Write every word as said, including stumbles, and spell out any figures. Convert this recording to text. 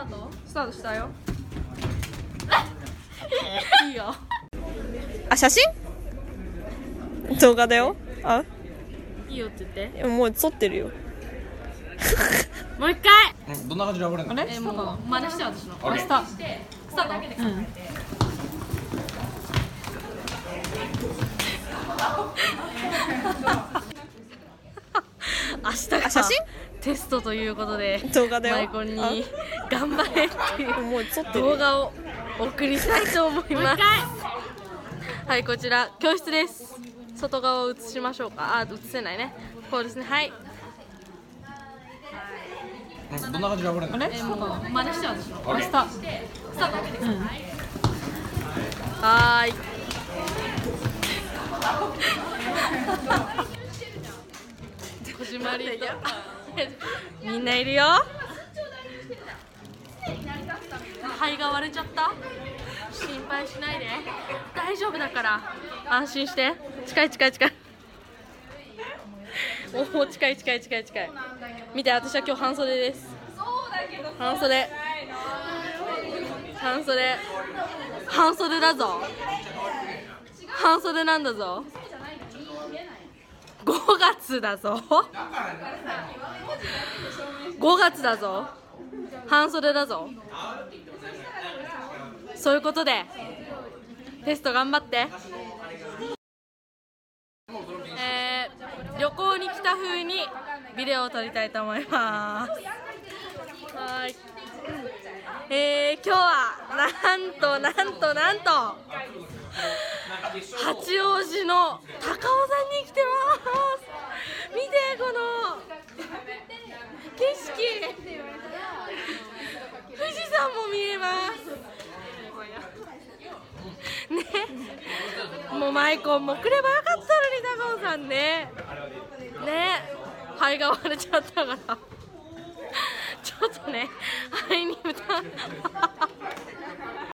ートスタートしたよいいよ。 あ、写真動画だよ。あ、 いいよって言って。 もう撮ってるよもう一回。 どんな感じで暴れるの？ あれ、えー、もう真似して私の。 オッケースタスタート。うん。明日が写真テストということで動画だよ。 マイコンに頑張れっていうもう撮ってる動画を送りたいと思います。はい、こちら教室です。外側を映しましょうか。あ、映せないね。こうですね。はい。 どんな感じで暴れるの？ えー、もう真似して私の。 オッケースタスタート。うん。はーい。小島りとみんないるよ。肺が割れちゃった。心配しないで、大丈夫だから安心して。近い近い近いおお、近い近い近い近い。見て、私は今日半袖です。半袖半袖半袖だぞ。半袖なんだぞ。ごがつだぞ。ごがつだぞ。半袖だぞ。そういうことでテスト頑張って。えー、旅行に来た風にビデオを撮りたいと思います。はい。えー、今日はなんとなんとなんと八王子の高尾山に来てます。見てこの景色、富士山も見えますね。もうマイコンも来ればよかったのに高尾山ね。ね、肺が割れちゃったからちょっとね、肺に負担